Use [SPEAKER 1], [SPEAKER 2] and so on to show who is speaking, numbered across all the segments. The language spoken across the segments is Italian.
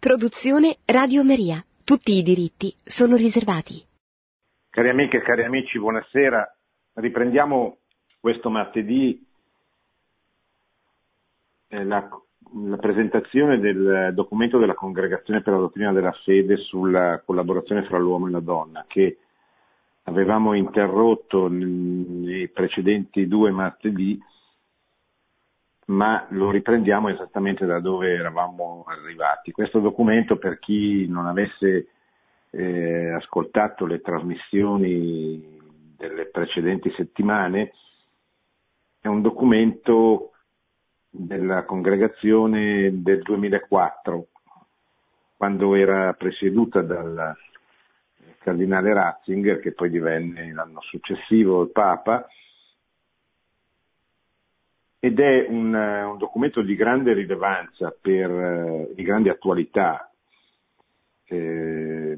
[SPEAKER 1] Produzione Radio Maria. Tutti i diritti sono riservati.
[SPEAKER 2] Cari amiche e cari amici, buonasera. Riprendiamo questo martedì la presentazione del documento della Congregazione per la Dottrina della Fede sulla collaborazione fra l'uomo e la donna, che avevamo interrotto nei precedenti 2 martedì, ma lo riprendiamo esattamente da dove eravamo arrivati. Questo documento, per chi non avesse ascoltato le trasmissioni delle precedenti settimane, è un documento della congregazione del 2004, quando era presieduta dal cardinale Ratzinger, che poi divenne l'anno successivo il Papa, ed è un documento di grande rilevanza, di grande attualità, benché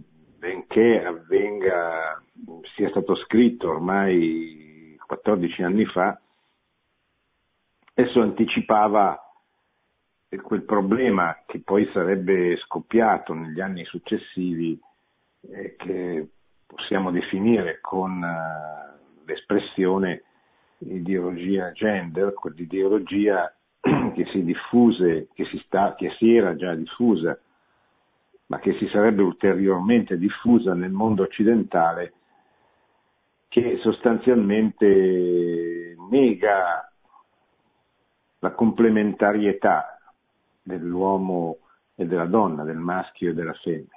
[SPEAKER 2] sia stato scritto ormai 14 anni fa. Esso anticipava quel problema che poi sarebbe scoppiato negli anni successivi, che possiamo definire con l'espressione ideologia gender, quell'ideologia che si era già diffusa, ma che si sarebbe ulteriormente diffusa nel mondo occidentale, che sostanzialmente nega la complementarietà dell'uomo e della donna, del maschio e della femmina,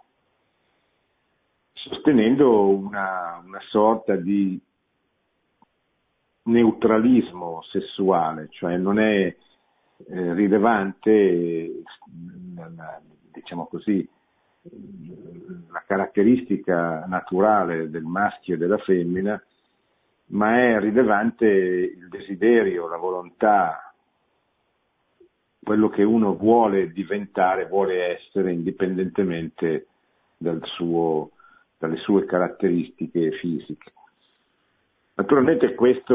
[SPEAKER 2] sostenendo una sorta di neutralismo sessuale, cioè non è rilevante, diciamo così, la caratteristica naturale del maschio e della femmina, ma è rilevante il desiderio, la volontà, quello che uno vuole diventare, vuole essere, indipendentemente dalle sue caratteristiche fisiche. Naturalmente questa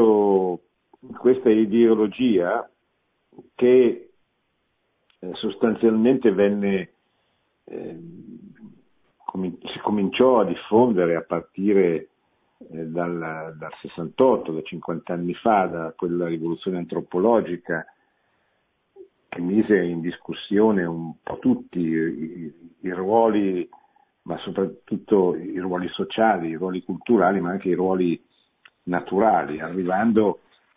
[SPEAKER 2] ideologia, che sostanzialmente si cominciò a diffondere a partire dal 68, da 50 anni fa, da quella rivoluzione antropologica che mise in discussione un po' tutti i ruoli, ma soprattutto i ruoli sociali, i ruoli culturali, ma anche i ruoli naturali, arrivando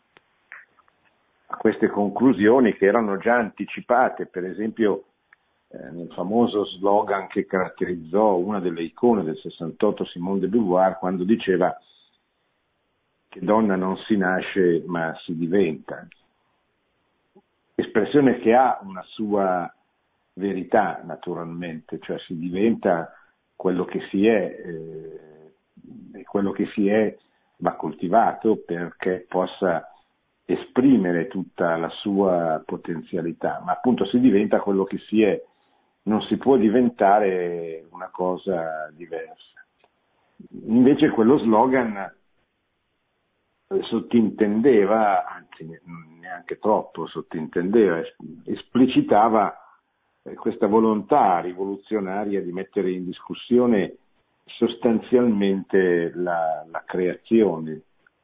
[SPEAKER 2] a queste conclusioni che erano già anticipate, per esempio nel famoso slogan che caratterizzò una delle icone del 68, Simone de Beauvoir, quando diceva che donna non si nasce ma si diventa. Espressione che ha una sua verità, naturalmente, cioè si diventa quello che si è, e quello che si è va coltivato perché possa esprimere tutta la sua potenzialità, ma appunto si diventa quello che si è, non si può diventare una cosa diversa. Invece quello slogan sottintendeva, anzi neanche troppo sottintendeva, esplicitava questa volontà rivoluzionaria di mettere in discussione sostanzialmente la creazione,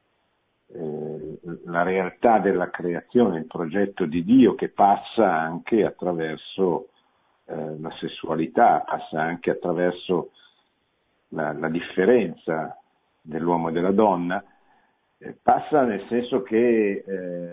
[SPEAKER 2] la realtà della creazione, il progetto di Dio, che passa anche attraverso la sessualità, passa anche attraverso la differenza dell'uomo e della donna, passa nel senso che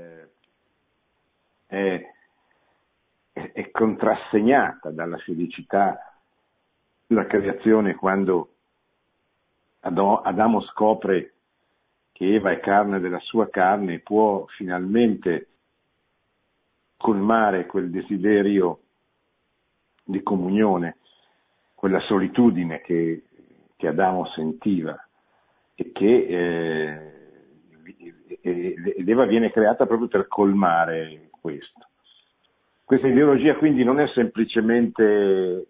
[SPEAKER 2] è contrassegnata dalla felicità della creazione, quando Adamo scopre che Eva è carne della sua carne e può finalmente colmare quel desiderio di comunione, quella solitudine che Adamo sentiva, e che ed Eva viene creata proprio per colmare questo. Questa ideologia quindi non è semplicemente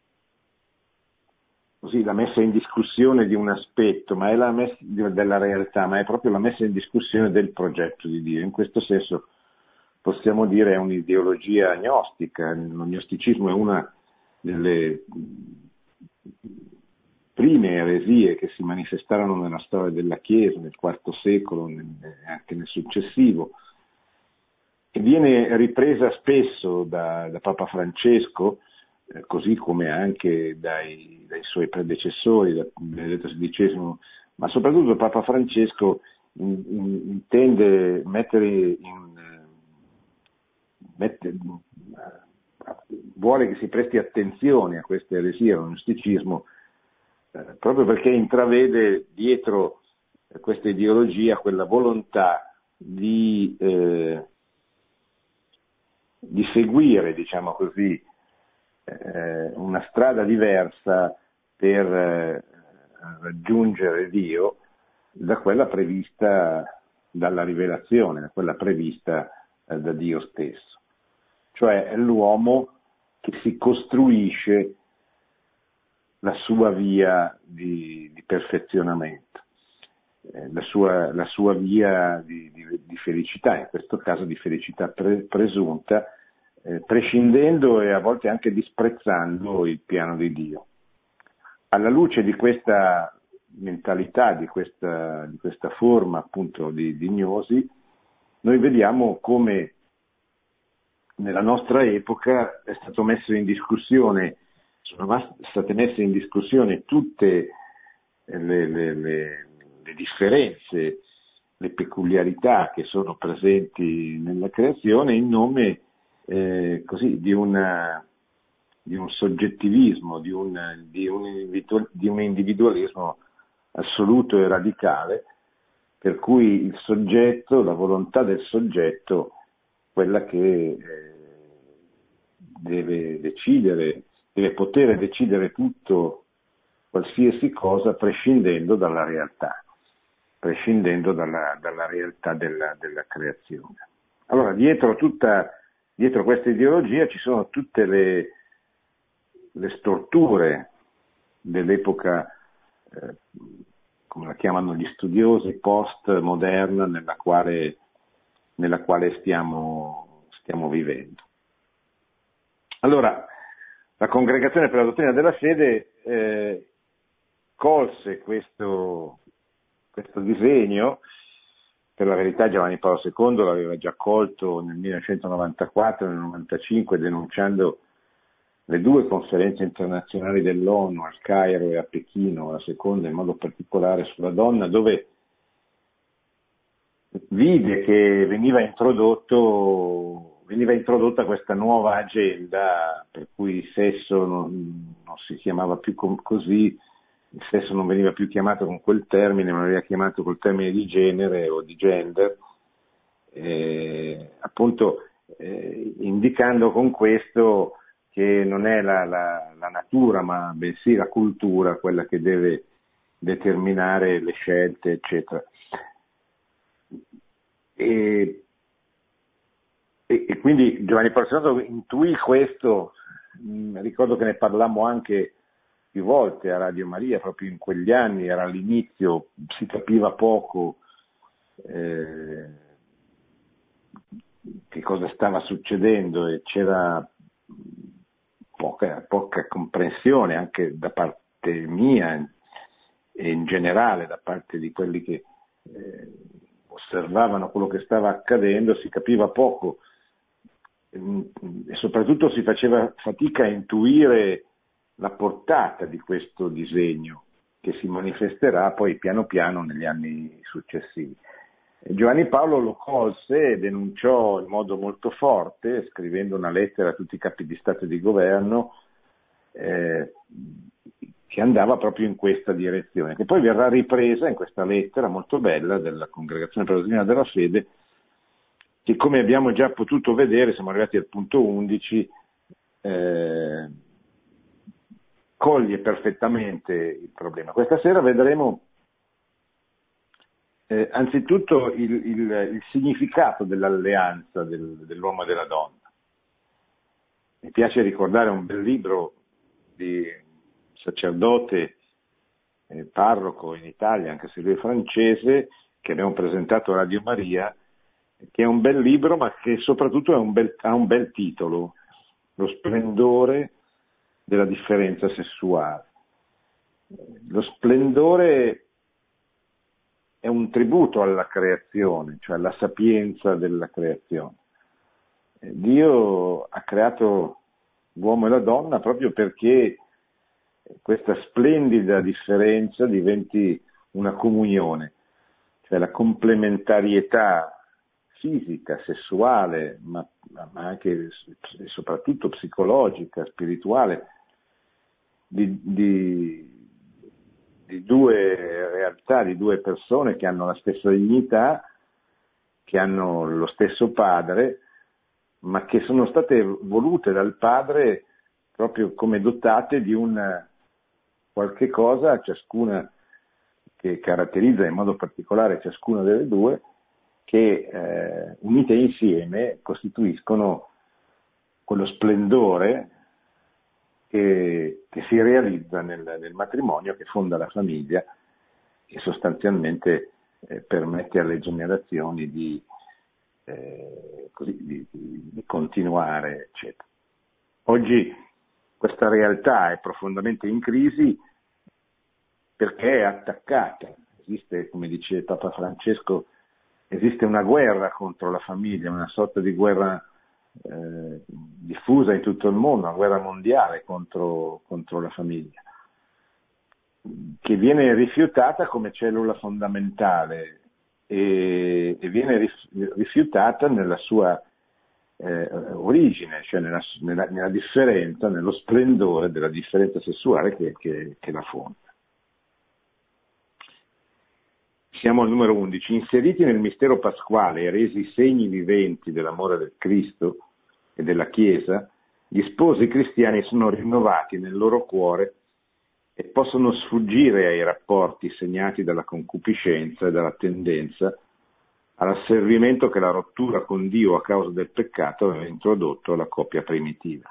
[SPEAKER 2] così la messa in discussione di un aspetto, ma è della realtà, ma è proprio la messa in discussione del progetto di Dio. In questo senso possiamo dire è un'ideologia gnostica. Lo gnosticismo è una delle prime eresie che si manifestarono nella storia della Chiesa nel IV secolo e anche nel successivo, e viene ripresa spesso da Papa Francesco, così come anche dai suoi predecessori, da Benedetto XVI, ma soprattutto Papa Francesco intende vuole che si presti attenzione a queste eresie, al gnosticismo, proprio perché intravede dietro questa ideologia quella volontà di seguire, diciamo così, una strada diversa per raggiungere Dio da quella prevista dalla rivelazione, da quella prevista da Dio stesso. Cioè è l'uomo che si costruisce la sua via di perfezionamento, la sua via di felicità, in questo caso di felicità presunta, prescindendo e a volte anche disprezzando il piano di Dio. Alla luce di questa mentalità, di questa forma appunto di gnosi, noi vediamo come nella nostra epoca è stato messo in discussione, sono state messe in discussione tutte le differenze, le peculiarità che sono presenti nella creazione in nome così di un soggettivismo, di un individualismo assoluto e radicale, per cui il soggetto, la volontà del soggetto, quella che deve decidere, deve poter decidere tutto, qualsiasi cosa, prescindendo dalla realtà, prescindendo dalla realtà della creazione. Allora, dietro questa ideologia ci sono tutte le storture dell'epoca, come la chiamano gli studiosi, post-moderna, nella quale stiamo vivendo. Allora, la Congregazione per la Dottrina della Fede colse questo disegno. Per la verità Giovanni Paolo II l'aveva già colto nel 1994 e nel 1995, denunciando le due conferenze internazionali dell'ONU al Cairo e a Pechino, la seconda in modo particolare sulla donna, dove vide che veniva introdotta questa nuova agenda, per cui il sesso non si chiamava più così, il sesso non veniva più chiamato con quel termine, ma veniva chiamato col termine di genere o di gender, appunto indicando con questo che non è la natura, ma bensì la cultura quella che deve determinare le scelte, eccetera. E quindi Giovanni Paolo II intuì questo, ricordo che ne parlammo anche più volte a Radio Maria, proprio in quegli anni, era all'inizio, si capiva poco che cosa stava succedendo e c'era poca comprensione anche da parte mia e in generale da parte di quelli che osservavano quello che stava accadendo, si capiva poco e soprattutto si faceva fatica a intuire la portata di questo disegno che si manifesterà poi piano piano negli anni successivi. Giovanni Paolo lo colse e denunciò in modo molto forte, scrivendo una lettera a tutti i capi di Stato e di Governo che andava proprio in questa direzione, che poi verrà ripresa in questa lettera molto bella della Congregazione per la Dottrina della Fede, che come abbiamo già potuto vedere, siamo arrivati al punto 11, coglie perfettamente il problema. Questa sera vedremo anzitutto il significato dell'alleanza dell'uomo e della donna. Mi piace ricordare un bel libro di sacerdote parroco in Italia, anche se lui è francese, che abbiamo presentato a Radio Maria, che è un bel libro ma che soprattutto ha un bel titolo, Lo splendore della differenza sessuale. Lo splendore è un tributo alla creazione, cioè alla sapienza della creazione. Dio ha creato l'uomo e la donna proprio perché questa splendida differenza diventi una comunione, cioè la complementarietà fisica, sessuale, ma anche e soprattutto psicologica, spirituale, di due realtà, di due persone che hanno la stessa dignità, che hanno lo stesso padre, ma che sono state volute dal padre proprio come dotate di un qualche cosa, ciascuna, che caratterizza in modo particolare ciascuna delle due, che unite insieme costituiscono quello splendore che si realizza nel matrimonio, che fonda la famiglia e sostanzialmente permette alle generazioni di continuare, eccetera. Oggi questa realtà è profondamente in crisi perché è attaccata. Esiste, come dice Papa Francesco, esiste una guerra contro la famiglia, una sorta di guerra diffusa in tutto il mondo, una guerra mondiale contro la famiglia, che viene rifiutata come cellula fondamentale e viene rifiutata nella sua origine, cioè nella differenza, nello splendore della differenza sessuale che la fonda. Siamo al numero 11. Inseriti nel mistero pasquale e resi segni viventi dell'amore del Cristo e della Chiesa, gli sposi cristiani sono rinnovati nel loro cuore e possono sfuggire ai rapporti segnati dalla concupiscenza e dalla tendenza all'asservimento che la rottura con Dio a causa del peccato aveva introdotto alla coppia primitiva.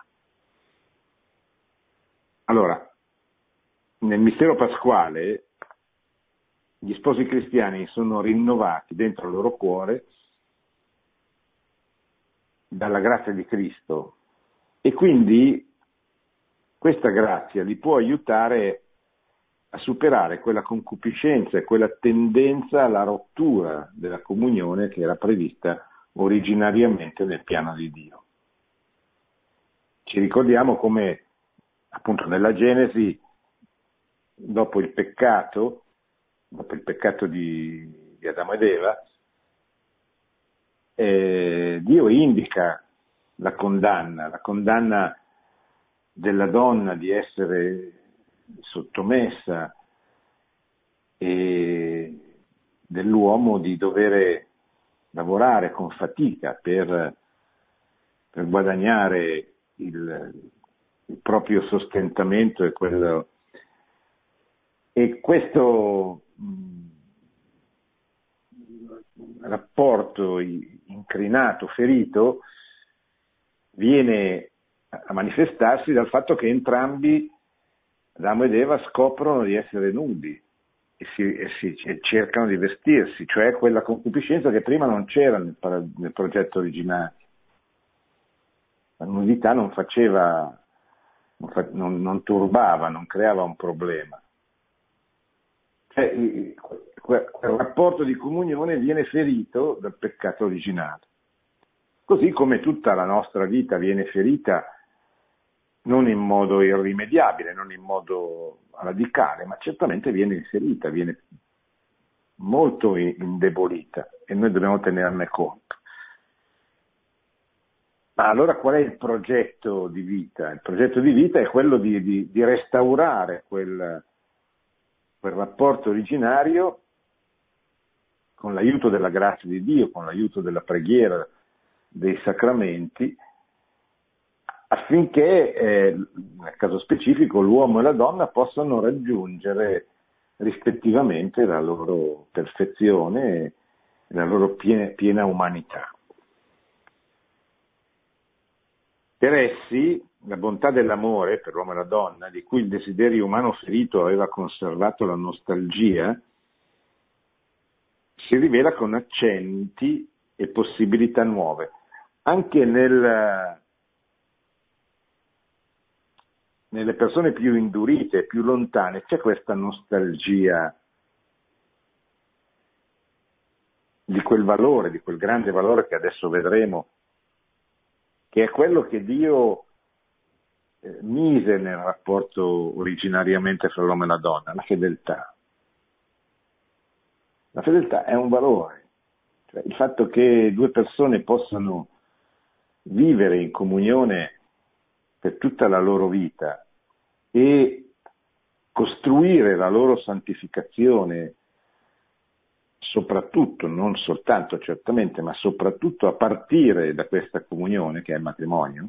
[SPEAKER 2] Allora, nel mistero pasquale gli sposi cristiani sono rinnovati dentro il loro cuore dalla grazia di Cristo e quindi questa grazia li può aiutare a superare quella concupiscenza e quella tendenza alla rottura della comunione che era prevista originariamente nel piano di Dio. Ci ricordiamo come appunto nella Genesi, dopo il peccato di Adamo ed Eva, Dio indica la condanna della donna di essere sottomessa e dell'uomo di dover lavorare con fatica per guadagnare il proprio sostentamento e questo rapporto incrinato, ferito, viene a manifestarsi dal fatto che entrambi, Adamo ed Eva, scoprono di essere nudi e cercano di vestirsi, cioè quella concupiscenza che prima non c'era nel progetto originario. La nudità non turbava, non creava un problema. Cioè, quel rapporto di comunione viene ferito dal peccato originale. Così come tutta la nostra vita viene ferita non in modo irrimediabile, non in modo radicale, ma certamente viene ferita, viene molto indebolita e noi dobbiamo tenerne conto. Ma allora qual è il progetto di vita? Il progetto di vita è quello di restaurare quel rapporto originario con l'aiuto della grazia di Dio, con l'aiuto della preghiera, dei sacramenti, affinché nel caso specifico l'uomo e la donna possano raggiungere rispettivamente la loro perfezione e la loro piena umanità. Per essi, la bontà dell'amore per l'uomo e la donna, di cui il desiderio umano ferito aveva conservato la nostalgia, si rivela con accenti e possibilità nuove. Anche nel nelle persone più indurite, più lontane, c'è questa nostalgia di quel valore, di quel grande valore che adesso vedremo, che è quello che Dio mise nel rapporto originariamente fra l'uomo e la donna, la fedeltà. La fedeltà è un valore, cioè il fatto che due persone possano vivere in comunione per tutta la loro vita e costruire la loro santificazione, soprattutto, non soltanto certamente, ma soprattutto a partire da questa comunione che è il matrimonio,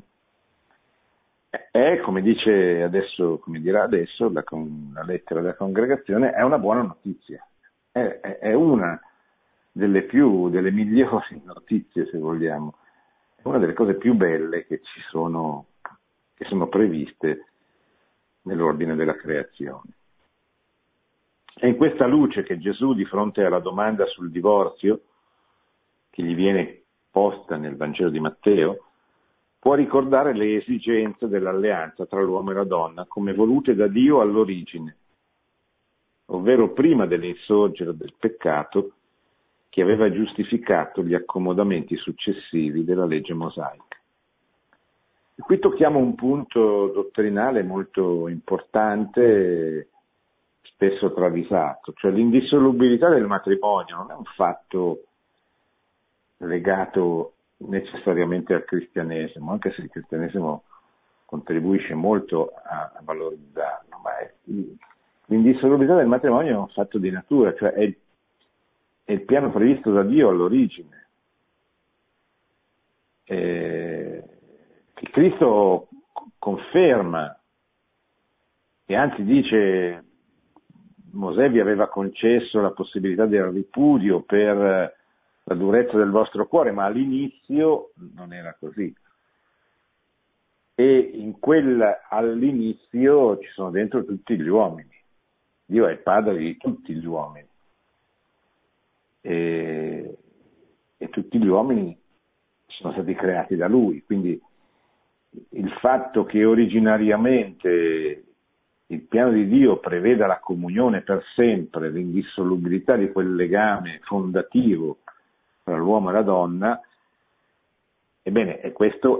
[SPEAKER 2] è, come dice adesso, come dirà adesso la lettera della congregazione, è una buona notizia, è una delle migliori notizie, se vogliamo, è una delle cose più belle che sono previste nell'ordine della creazione. È in questa luce che Gesù, di fronte alla domanda sul divorzio che gli viene posta nel Vangelo di Matteo, può ricordare le esigenze dell'alleanza tra l'uomo e la donna come volute da Dio all'origine, ovvero prima dell'insorgere del peccato che aveva giustificato gli accomodamenti successivi della legge mosaica. E qui tocchiamo un punto dottrinale molto importante, spesso travisato, cioè l'indissolubilità del matrimonio non è un fatto legato necessariamente al cristianesimo, anche se il cristianesimo contribuisce molto a valorizzarlo, ma l'indissolubilità del matrimonio è un fatto di natura, cioè è il piano previsto da Dio all'origine. Che Cristo conferma e anzi dice: Mosè vi aveva concesso la possibilità del ripudio per la durezza del vostro cuore, ma all'inizio non era così. E all'inizio ci sono dentro tutti gli uomini. Dio è il padre di tutti gli uomini. E tutti gli uomini sono stati creati da Lui. Quindi il fatto che originariamente il piano di Dio preveda la comunione per sempre, l'indissolubilità di quel legame fondativo tra l'uomo e la donna, ebbene, e questo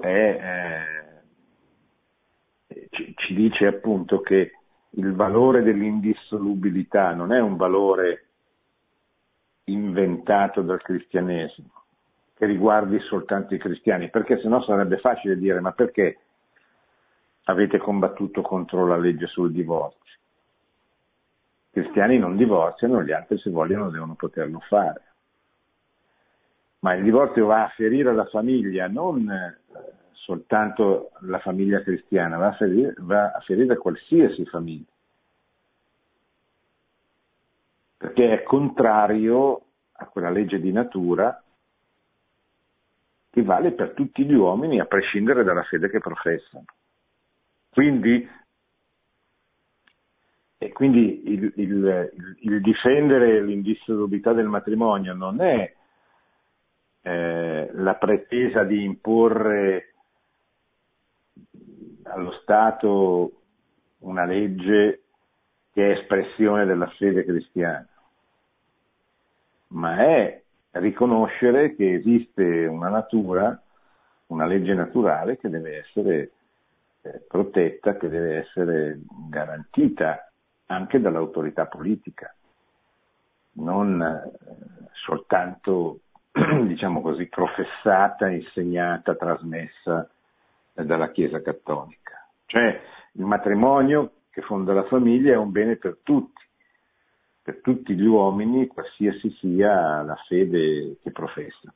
[SPEAKER 2] ci dice appunto che il valore dell'indissolubilità non è un valore inventato dal cristianesimo, che riguardi soltanto i cristiani, perché sennò sarebbe facile dire: ma perché avete combattuto contro la legge sul divorzio? I cristiani non divorziano, gli altri, se vogliono, devono poterlo fare. Ma il divorzio va a ferire la famiglia, non soltanto la famiglia cristiana, va a ferire qualsiasi famiglia, perché è contrario a quella legge di natura che vale per tutti gli uomini, a prescindere dalla fede che professano. Quindi il difendere l'indissolubilità del matrimonio non è la pretesa di imporre allo Stato una legge che è espressione della fede cristiana, ma è riconoscere che esiste una natura, una legge naturale che deve essere protetta, che deve essere garantita anche dall'autorità politica, non soltanto, diciamo così, professata, insegnata, trasmessa dalla Chiesa Cattolica. Cioè il matrimonio che fonda la famiglia è un bene per tutti gli uomini, qualsiasi sia la fede che professa.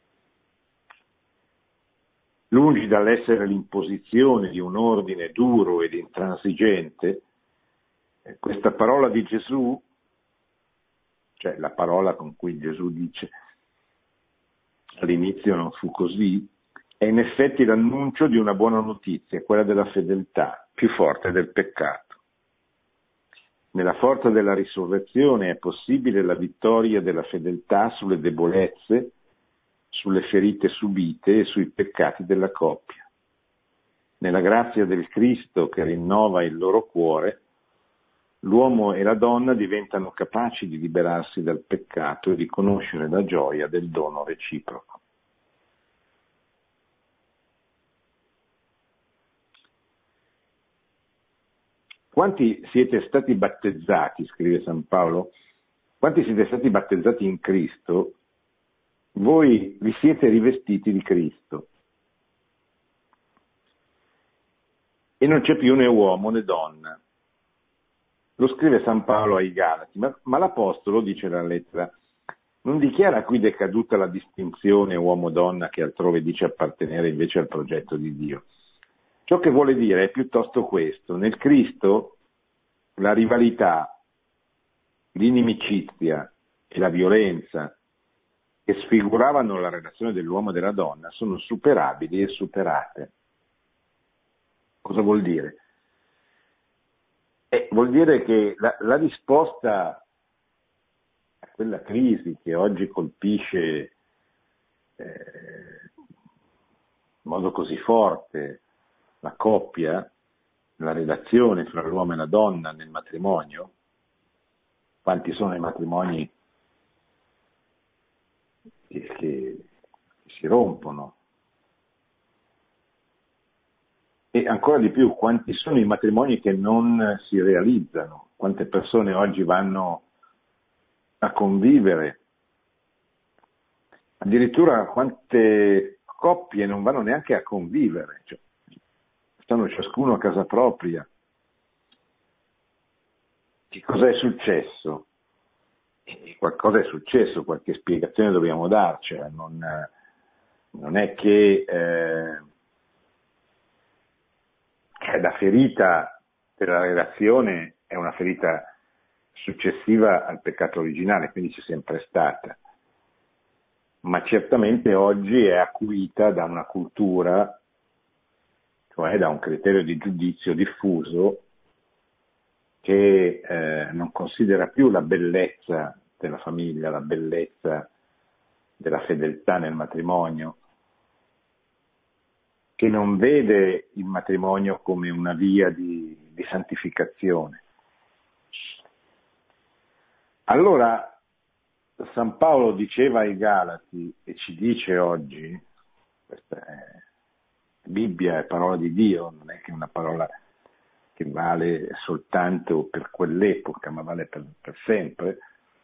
[SPEAKER 2] Lungi dall'essere l'imposizione di un ordine duro ed intransigente, questa parola di Gesù, cioè la parola con cui Gesù dice all'inizio non fu così, è in effetti l'annuncio di una buona notizia, quella della fedeltà, più forte del peccato. Nella forza della risurrezione è possibile la vittoria della fedeltà sulle debolezze, sulle ferite subite e sui peccati della coppia. Nella grazia del Cristo che rinnova il loro cuore, l'uomo e la donna diventano capaci di liberarsi dal peccato e di conoscere la gioia del dono reciproco. Quanti siete stati battezzati, scrive San Paolo, quanti siete stati battezzati in Cristo, voi vi siete rivestiti di Cristo. E non c'è più né uomo né donna. Lo scrive San Paolo ai Galati, ma l'Apostolo, dice la lettera, non dichiara qui decaduta la distinzione uomo-donna che altrove dice appartenere invece al progetto di Dio. Ciò che vuole dire è piuttosto questo: nel Cristo la rivalità, l'inimicizia e la violenza che sfiguravano la relazione dell'uomo e della donna sono superabili e superate. Cosa vuol dire? Vuol dire che la risposta a quella crisi che oggi colpisce in modo così forte la coppia, la relazione fra l'uomo e la donna nel matrimonio, quanti sono i matrimoni che si rompono, e ancora di più quanti sono i matrimoni che non si realizzano, quante persone oggi vanno a convivere, addirittura quante coppie non vanno neanche a convivere, cioè, stanno ciascuno a casa propria. Che cosa è successo? E qualcosa è successo, qualche spiegazione dobbiamo darcela, non è che la ferita della relazione è una ferita successiva al peccato originale, quindi c'è sempre stata, ma certamente oggi è acuita da una cultura, cioè da un criterio di giudizio diffuso che non considera più la bellezza della famiglia, la bellezza della fedeltà nel matrimonio, che non vede il matrimonio come una via di santificazione. Allora San Paolo diceva ai Galati e ci dice oggi, questa è Bibbia, è parola di Dio, non è che una parola che vale soltanto per quell'epoca, ma vale per sempre.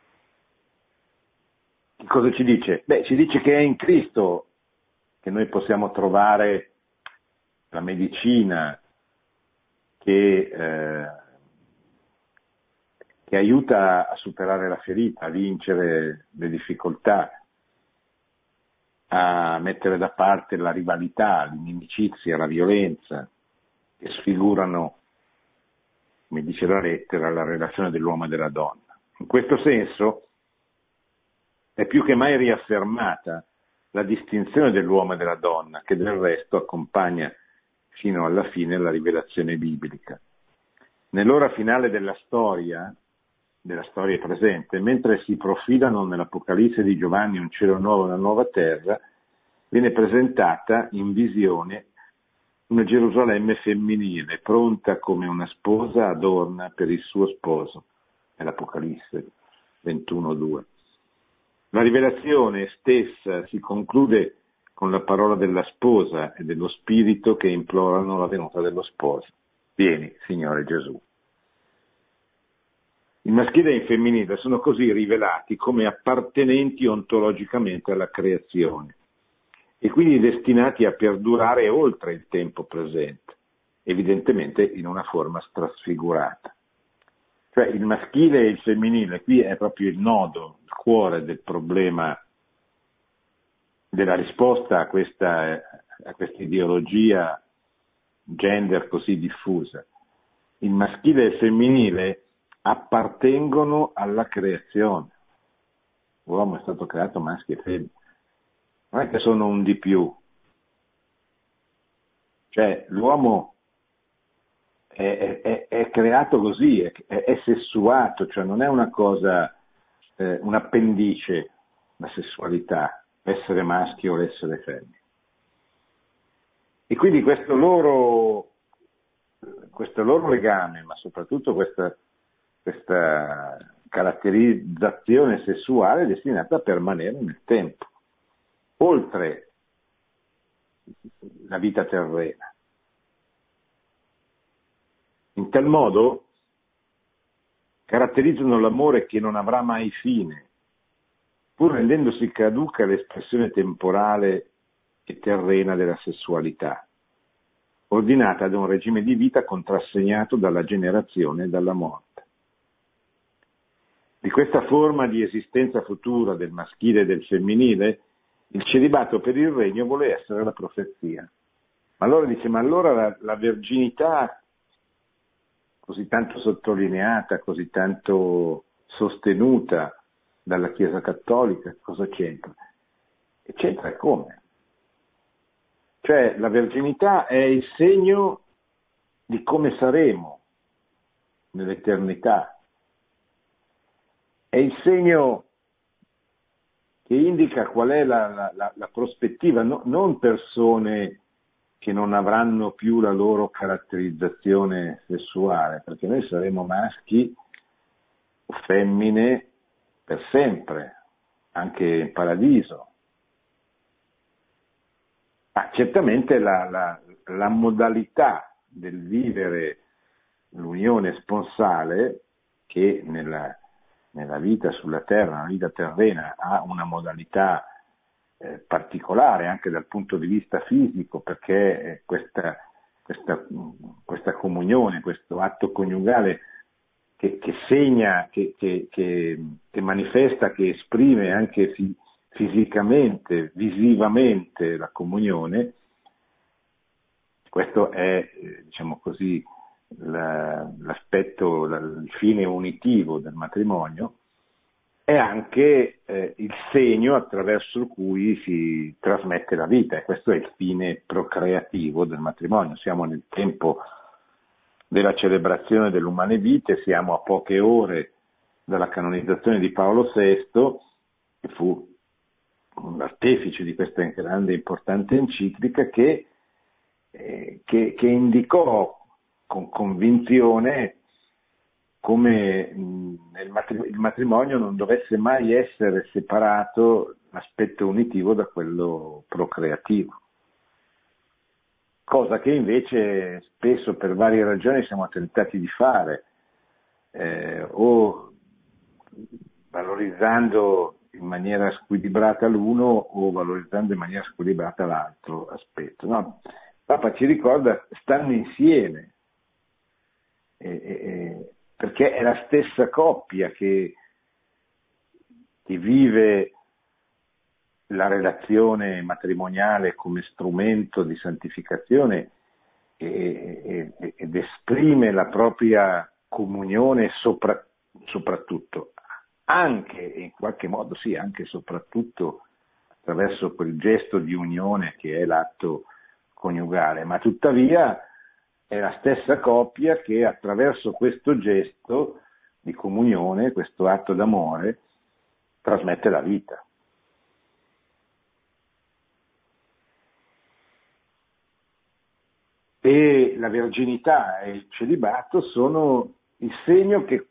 [SPEAKER 2] Che cosa ci dice? Ci dice che è in Cristo che noi possiamo trovare la medicina che aiuta a superare la ferita, a vincere le difficoltà, a mettere da parte la rivalità, l'inimicizia, la violenza, che sfigurano, come dice la lettera, la relazione dell'uomo e della donna. In questo senso è più che mai riaffermata la distinzione dell'uomo e della donna, che del resto accompagna fino alla fine la rivelazione biblica. Nell'ora finale della storia presente, mentre si profilano nell'Apocalisse di Giovanni un cielo nuovo e una nuova terra, viene presentata in visione una Gerusalemme femminile, pronta come una sposa adorna per il suo sposo, nell'Apocalisse 21:2. La rivelazione stessa si conclude con la parola della sposa e dello spirito che implorano la venuta dello sposo. Vieni, Signore Gesù. Il maschile e il femminile sono così rivelati come appartenenti ontologicamente alla creazione e quindi destinati a perdurare oltre il tempo presente, evidentemente in una forma trasfigurata. Cioè il maschile e il femminile, qui è proprio il nodo, il cuore del problema, della risposta a questa ideologia gender così diffusa. Il maschile e il femminile appartengono alla creazione. L'uomo è stato creato maschio e femmina. Non è che sono un di più. Cioè l'uomo è creato così, è sessuato, cioè non è una cosa, un appendice, la sessualità, essere maschio o essere femmina. E quindi questo loro legame, ma soprattutto questa caratterizzazione sessuale è destinata a permanere nel tempo, oltre la vita terrena. In tal modo caratterizzano l'amore che non avrà mai fine, pur rendendosi caduca l'espressione temporale e terrena della sessualità, ordinata da un regime di vita contrassegnato dalla generazione e dalla morte. Di questa forma di esistenza futura del maschile e del femminile, il celibato per il regno vuole essere la profezia. Ma allora la verginità, così tanto sottolineata, così tanto sostenuta dalla Chiesa Cattolica, cosa c'entra? E c'entra come? Cioè la verginità è il segno di come saremo nell'eternità, è il segno che indica qual è la prospettiva, non persone che non avranno più la loro caratterizzazione sessuale, perché noi saremo maschi o femmine per sempre, anche in paradiso. Ma certamente la modalità del vivere l'unione sponsale, che nella vita sulla terra, nella vita terrena, ha una modalità particolare anche dal punto di vista fisico, perché questa comunione, questo atto coniugale che segna, che manifesta, che esprime anche fisicamente, visivamente la comunione, questo è, diciamo così, l'aspetto, il fine unitivo del matrimonio, è anche il segno attraverso cui si trasmette la vita, e questo è il fine procreativo del matrimonio. Siamo nel tempo della celebrazione dell'umane vite, siamo a poche ore dalla canonizzazione di Paolo VI, che fu l'artefice di questa grande e importante enciclica che indicò con convinzione come il matrimonio non dovesse mai essere separato l'aspetto unitivo da quello procreativo, cosa che invece spesso per varie ragioni siamo tentati di fare, o valorizzando in maniera squilibrata l'uno o valorizzando in maniera squilibrata l'altro aspetto. No? Papa ci ricorda, stanno insieme, perché è la stessa coppia che vive la relazione matrimoniale come strumento di santificazione ed esprime la propria comunione soprattutto, anche in qualche modo sì, anche e soprattutto attraverso quel gesto di unione che è l'atto coniugale, ma tuttavia è la stessa coppia che attraverso questo gesto di comunione, questo atto d'amore, trasmette la vita. E la verginità e il celibato sono il segno che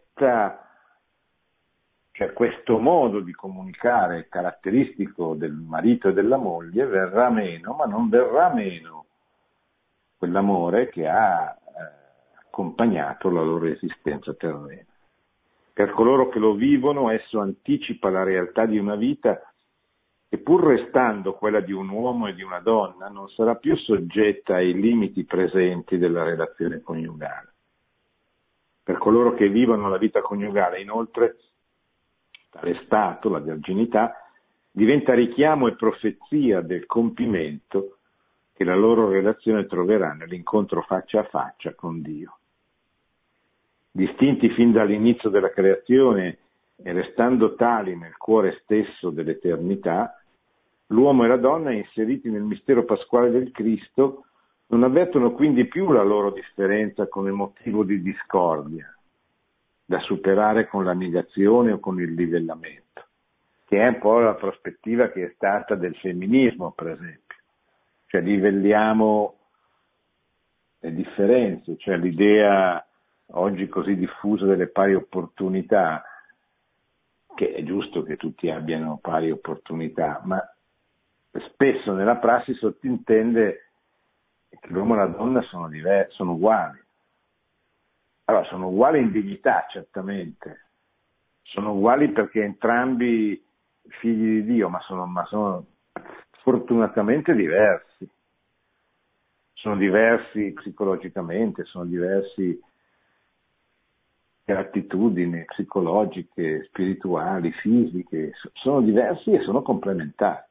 [SPEAKER 2] questo modo di comunicare caratteristico del marito e della moglie verrà meno, ma non verrà meno quell'amore che ha accompagnato la loro esistenza terrena. Per coloro che lo vivono, esso anticipa la realtà di una vita che, pur restando quella di un uomo e di una donna, non sarà più soggetta ai limiti presenti della relazione coniugale. Per coloro che vivono la vita coniugale, inoltre, tale stato, la verginità, diventa richiamo e profezia del compimento che la loro relazione troverà nell'incontro faccia a faccia con Dio. Distinti fin dall'inizio della creazione e restando tali nel cuore stesso dell'eternità, l'uomo e la donna, inseriti nel mistero pasquale del Cristo, non avvertono quindi più la loro differenza come motivo di discordia, da superare con la negazione o con il livellamento, che è un po' la prospettiva che è stata del femminismo, per esempio. cioè livelliamo le differenze, cioè l'idea oggi così diffusa delle pari opportunità, che è giusto che tutti abbiano pari opportunità, ma spesso nella prassi sottintende che l'uomo e la donna sono uguali. Allora, sono uguali in dignità, certamente, sono uguali perché entrambi figli di Dio, ma sono fortunatamente diversi. Sono diversi psicologicamente, sono diversi per attitudini psicologiche, spirituali, fisiche, sono diversi e sono complementari.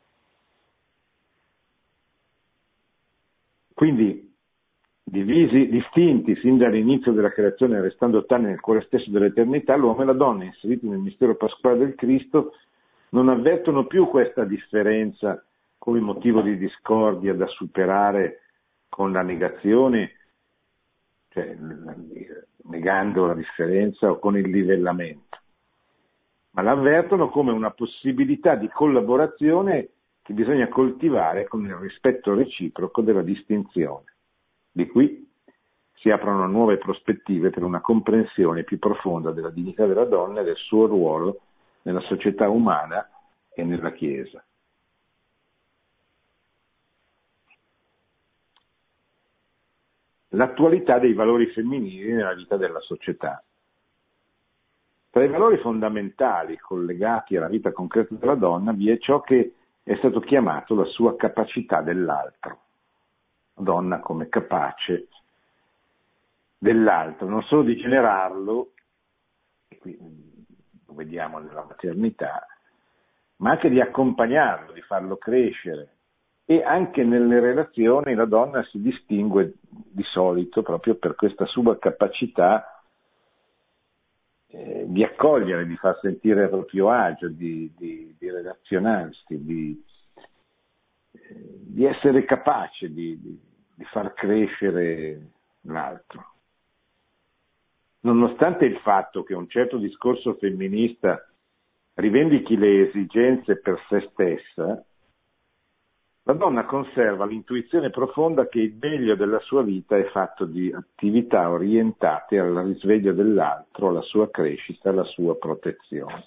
[SPEAKER 2] Quindi, distinti sin dall'inizio della creazione, restando tali nel cuore stesso dell'eternità, l'uomo e la donna, inseriti nel mistero pasquale del Cristo, non avvertono più questa differenza come motivo di discordia da superare con la negazione, cioè negando la differenza, o con il livellamento, ma l'avvertono come una possibilità di collaborazione che bisogna coltivare con il rispetto reciproco della distinzione. Di qui si aprono nuove prospettive per una comprensione più profonda della dignità della donna e del suo ruolo nella società umana e nella Chiesa. L'attualità dei valori femminili nella vita della società. Tra i valori fondamentali collegati alla vita concreta della donna vi è ciò che è stato chiamato la sua capacità dell'altro. La donna come capace dell'altro, non solo di generarlo, e qui lo vediamo nella maternità, ma anche di accompagnarlo, di farlo crescere. E anche nelle relazioni la donna si distingue di solito proprio per questa sua capacità di accogliere, di far sentire a proprio agio, di relazionarsi, di essere capace di far crescere l'altro. Nonostante il fatto che un certo discorso femminista rivendichi le esigenze per se stessa, la donna conserva l'intuizione profonda che il meglio della sua vita è fatto di attività orientate al risveglio dell'altro, alla sua crescita, alla sua protezione.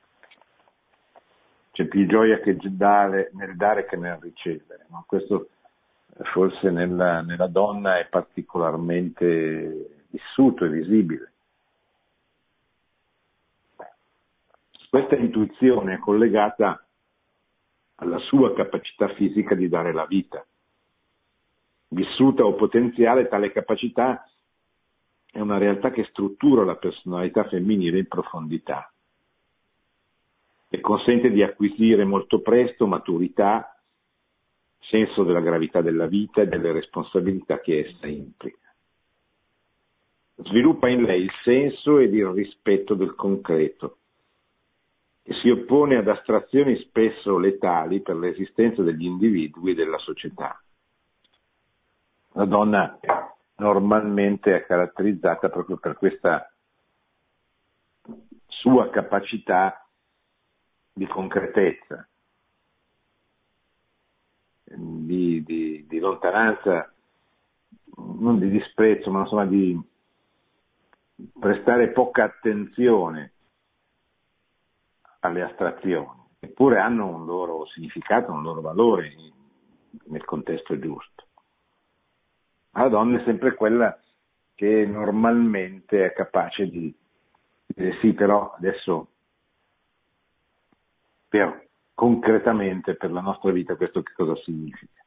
[SPEAKER 2] C'è più gioia nel dare che nel ricevere, no? Questo forse nella donna è particolarmente vissuto e visibile. Questa intuizione è collegata alla sua capacità fisica di dare la vita. Vissuta o potenziale, tale capacità è una realtà che struttura la personalità femminile in profondità e consente di acquisire molto presto maturità, senso della gravità della vita e delle responsabilità che essa implica. Sviluppa in lei il senso ed il rispetto del concreto, e si oppone ad astrazioni spesso letali per l'esistenza degli individui e della società. La donna normalmente è caratterizzata proprio per questa sua capacità di concretezza, di lontananza, non di disprezzo, ma insomma di prestare poca attenzione alle astrazioni, eppure hanno un loro significato, un loro valore nel contesto giusto. La donna è sempre quella che normalmente è capace di dire sì, però adesso concretamente per la nostra vita questo che cosa significa?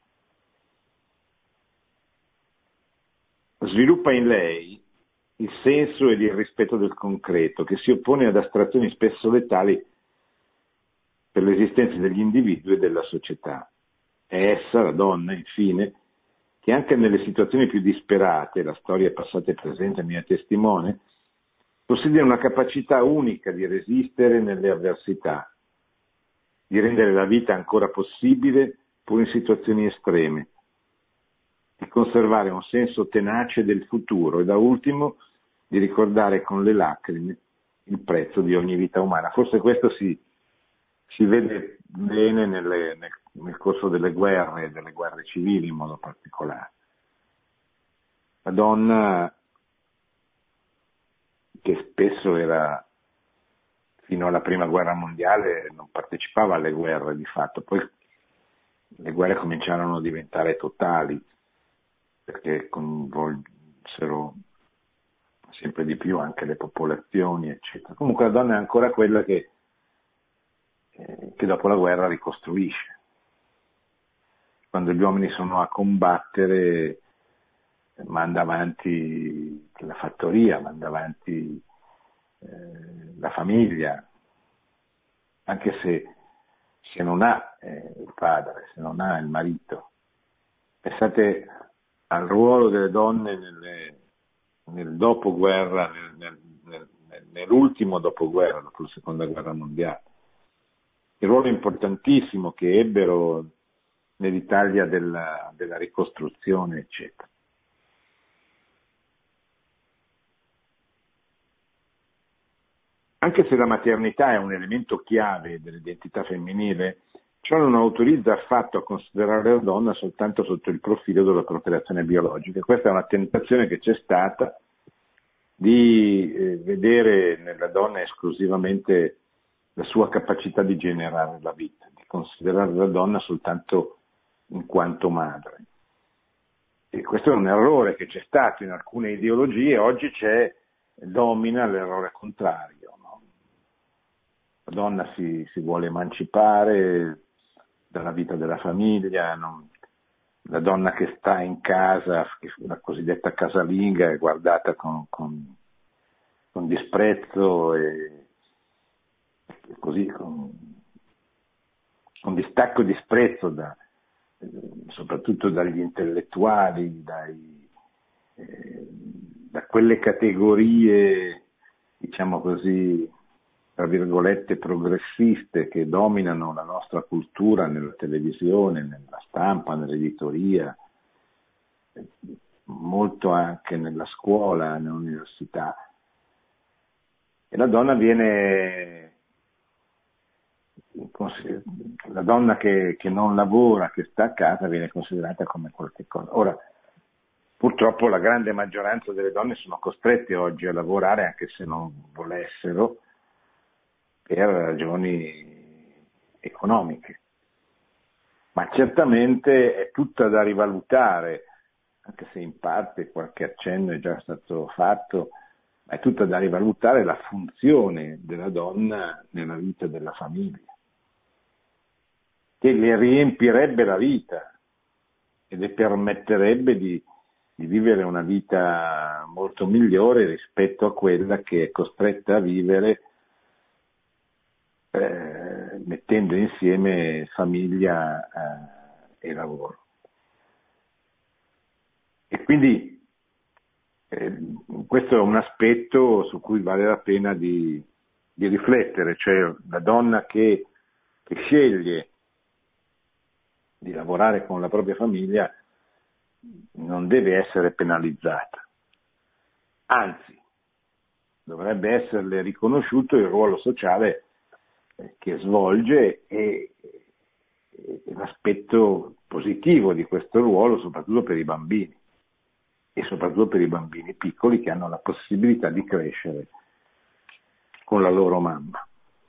[SPEAKER 2] Sviluppa in lei il senso ed il rispetto del concreto, che si oppone ad astrazioni spesso letali per l'esistenza degli individui e della società. È essa, la donna, infine, che anche nelle situazioni più disperate, la storia passata e presente mi è testimone, possiede una capacità unica di resistere nelle avversità, di rendere la vita ancora possibile pur in situazioni estreme, di conservare un senso tenace del futuro e da ultimo di ricordare con le lacrime il prezzo di ogni vita umana. Forse questo si vede bene nel corso delle guerre civili in modo particolare. La donna, che spesso era, fino alla prima guerra mondiale, non partecipava alle guerre di fatto, poi le guerre cominciarono a diventare totali, perché coinvolsero sempre di più anche le popolazioni, eccetera. Comunque la donna è ancora quella che dopo la guerra ricostruisce. Quando gli uomini sono a combattere, manda avanti la fattoria, manda avanti la famiglia, anche se non ha il padre, se non ha il marito. Pensate al ruolo delle donne nel dopoguerra, nell'ultimo dopoguerra, dopo la seconda guerra mondiale. Il ruolo importantissimo che ebbero nell'Italia della ricostruzione, eccetera. Anche se la maternità è un elemento chiave dell'identità femminile, ciò non autorizza affatto a considerare la donna soltanto sotto il profilo della procreazione biologica. Questa è una tentazione che c'è stata di vedere nella donna esclusivamente la sua capacità di generare la vita, di considerare la donna soltanto in quanto madre. E questo è un errore che c'è stato in alcune ideologie, oggi domina l'errore contrario. No? La donna si vuole emancipare dalla vita della famiglia, la donna che sta in casa, la cosiddetta casalinga, è guardata con disprezzo e così con distacco e disprezzo soprattutto dagli intellettuali, da quelle categorie, diciamo così, tra virgolette, progressiste che dominano la nostra cultura nella televisione, nella stampa, nell'editoria, molto anche nella scuola, nell'università. E la donna la donna che non lavora, che sta a casa, viene considerata come qualche cosa. Ora, purtroppo la grande maggioranza delle donne sono costrette oggi a lavorare, anche se non volessero, per ragioni economiche. Ma certamente è tutta da rivalutare, anche se in parte qualche accenno è già stato fatto, ma è tutta da rivalutare la funzione della donna nella vita della famiglia, che le riempirebbe la vita e le permetterebbe di vivere una vita molto migliore rispetto a quella che è costretta a vivere mettendo insieme famiglia e lavoro. E quindi questo è un aspetto su cui vale la pena di riflettere, cioè la donna che sceglie di lavorare con la propria famiglia non deve essere penalizzata, anzi dovrebbe esserle riconosciuto il ruolo sociale che svolge e l'aspetto positivo di questo ruolo, soprattutto per i bambini e soprattutto per i bambini piccoli che hanno la possibilità di crescere con la loro mamma.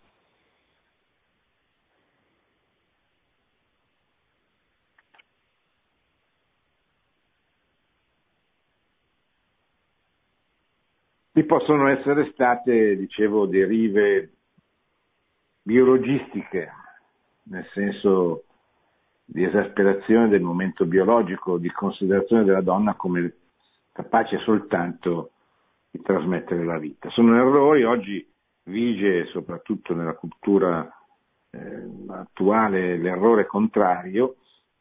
[SPEAKER 2] Vi possono essere state, dicevo, derive biologistiche, nel senso di esasperazione del momento biologico, di considerazione della donna come capace soltanto di trasmettere la vita. Sono errori, oggi vige soprattutto nella cultura attuale l'errore contrario,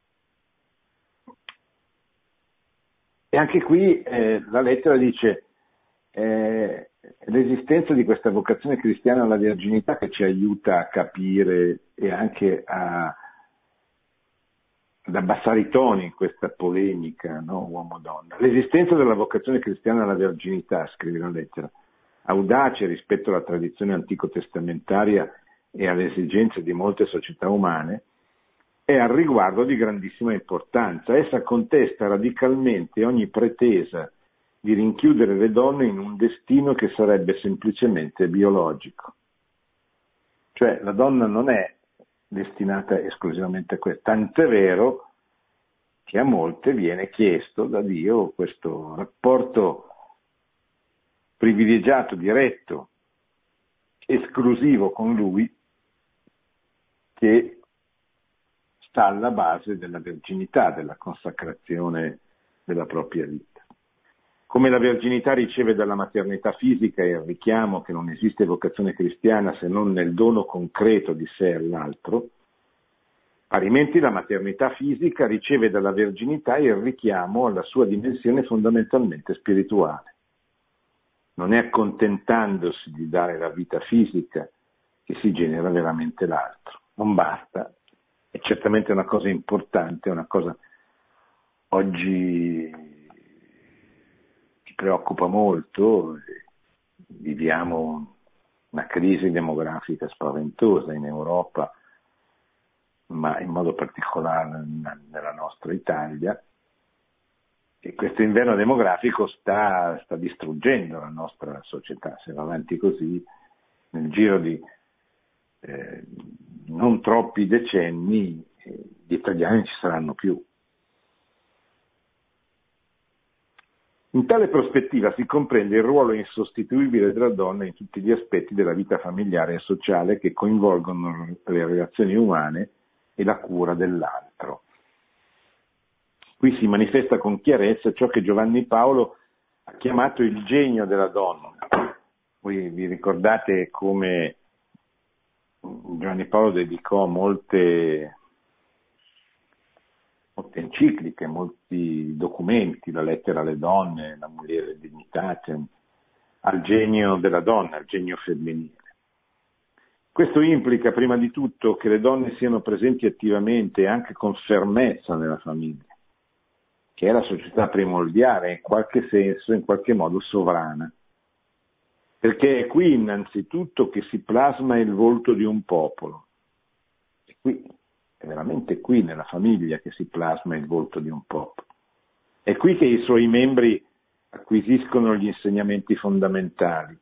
[SPEAKER 2] e anche qui la lettera dice l'esistenza di questa vocazione cristiana alla verginità che ci aiuta a capire e anche ad abbassare i toni in questa polemica, no, uomo-donna. L'esistenza della vocazione cristiana alla verginità, scrive la lettera, audace rispetto alla tradizione antico-testamentaria e alle esigenze di molte società umane, è al riguardo di grandissima importanza. Essa contesta radicalmente ogni pretesa di rinchiudere le donne in un destino che sarebbe semplicemente biologico. Cioè la donna non è destinata esclusivamente a questo, tant'è vero che a molte viene chiesto da Dio questo rapporto privilegiato, diretto, esclusivo con Lui, che sta alla base della verginità, della consacrazione della propria vita. Come la verginità riceve dalla maternità fisica il richiamo che non esiste vocazione cristiana se non nel dono concreto di sé all'altro, parimenti la maternità fisica riceve dalla verginità il richiamo alla sua dimensione fondamentalmente spirituale. Non è accontentandosi di dare la vita fisica che si genera veramente l'altro. Non basta, è certamente una cosa importante, una cosa oggi ci preoccupa molto, viviamo una crisi demografica spaventosa in Europa, ma in modo particolare nella nostra Italia, e questo inverno demografico sta distruggendo la nostra società. Se va avanti così, nel giro di non troppi decenni, gli italiani non ci saranno più. In tale prospettiva si comprende il ruolo insostituibile della donna in tutti gli aspetti della vita familiare e sociale che coinvolgono le relazioni umane e la cura dell'altro. Qui si manifesta con chiarezza ciò che Giovanni Paolo ha chiamato il genio della donna. Voi vi ricordate come Giovanni Paolo dedicò molte encicliche, molti documenti, la lettera alle donne, la Mulieris Dignitatem, al genio della donna, al genio femminile. Questo implica prima di tutto che le donne siano presenti attivamente e anche con fermezza nella famiglia, che è la società primordiale, in qualche senso, in qualche modo sovrana. Perché è qui innanzitutto che si plasma il volto di un popolo. È veramente qui nella famiglia che si plasma il volto di un popolo. È qui che i suoi membri acquisiscono gli insegnamenti fondamentali.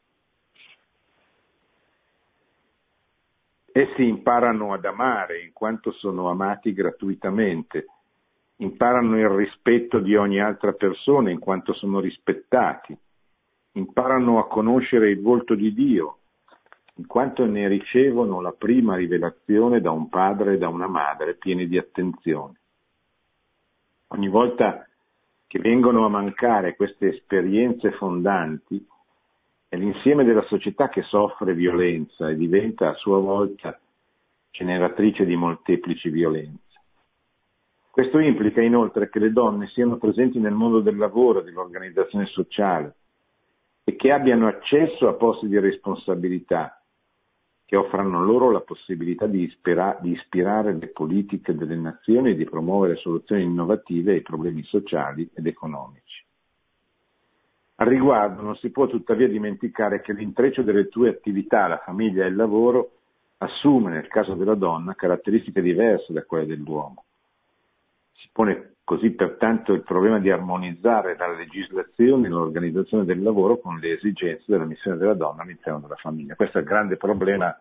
[SPEAKER 2] Essi imparano ad amare in quanto sono amati gratuitamente, imparano il rispetto di ogni altra persona in quanto sono rispettati, imparano a conoscere il volto di Dio, in quanto ne ricevono la prima rivelazione da un padre e da una madre pieni di attenzione. Ogni volta che vengono a mancare queste esperienze fondanti, è l'insieme della società che soffre violenza e diventa a sua volta generatrice di molteplici violenze. Questo implica inoltre che le donne siano presenti nel mondo del lavoro e dell'organizzazione sociale e che abbiano accesso a posti di responsabilità che offrano loro la possibilità di ispirare le politiche delle nazioni e di promuovere soluzioni innovative ai problemi sociali ed economici. Al riguardo non si può tuttavia dimenticare che l'intreccio delle due attività, la famiglia e il lavoro, assume nel caso della donna caratteristiche diverse da quelle dell'uomo. Si pone così pertanto il problema di armonizzare la legislazione e l'organizzazione del lavoro con le esigenze della missione della donna all'interno della famiglia. Questo è il grande problema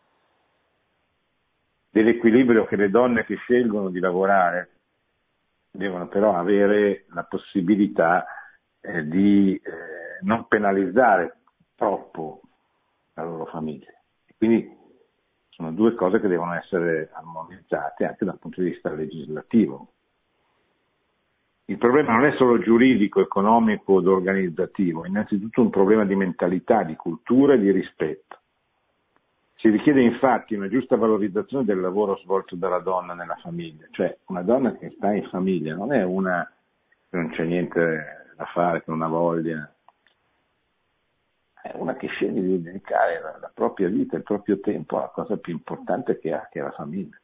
[SPEAKER 2] dell'equilibrio che le donne che scelgono di lavorare devono però avere la possibilità di non penalizzare troppo la loro famiglia. Quindi sono due cose che devono essere armonizzate anche dal punto di vista legislativo. Il problema non è solo giuridico, economico ed organizzativo, è innanzitutto un problema di mentalità, di cultura e di rispetto. Si richiede infatti una giusta valorizzazione del lavoro svolto dalla donna nella famiglia, cioè una donna che sta in famiglia non è una che non c'è niente da fare, che non ha voglia, è una che sceglie di dedicare la propria vita, il proprio tempo alla cosa più importante che ha, che è la famiglia.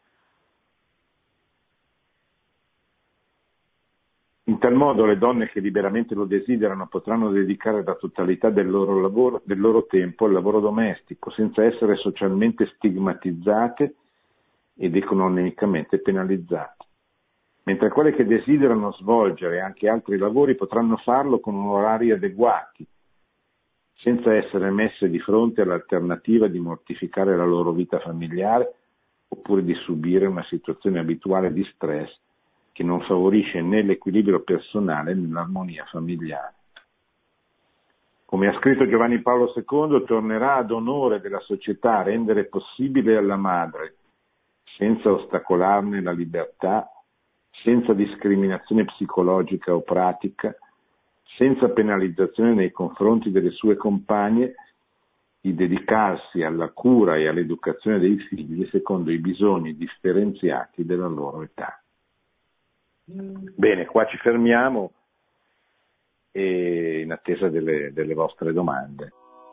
[SPEAKER 2] In tal modo le donne che liberamente lo desiderano potranno dedicare la totalità del loro lavoro, del loro tempo al lavoro domestico, senza essere socialmente stigmatizzate ed economicamente penalizzate, mentre quelle che desiderano svolgere anche altri lavori potranno farlo con orari adeguati, senza essere messe di fronte all'alternativa di mortificare la loro vita familiare oppure di subire una situazione abituale di stress che non favorisce né l'equilibrio personale né l'armonia familiare. Come ha scritto Giovanni Paolo II, tornerà ad onore della società rendere possibile alla madre, senza ostacolarne la libertà, senza discriminazione psicologica o pratica, senza penalizzazione nei confronti delle sue compagne, di dedicarsi alla cura e all'educazione dei figli secondo i bisogni differenziati della loro età. Bene, qua ci fermiamo e in attesa delle vostre domande.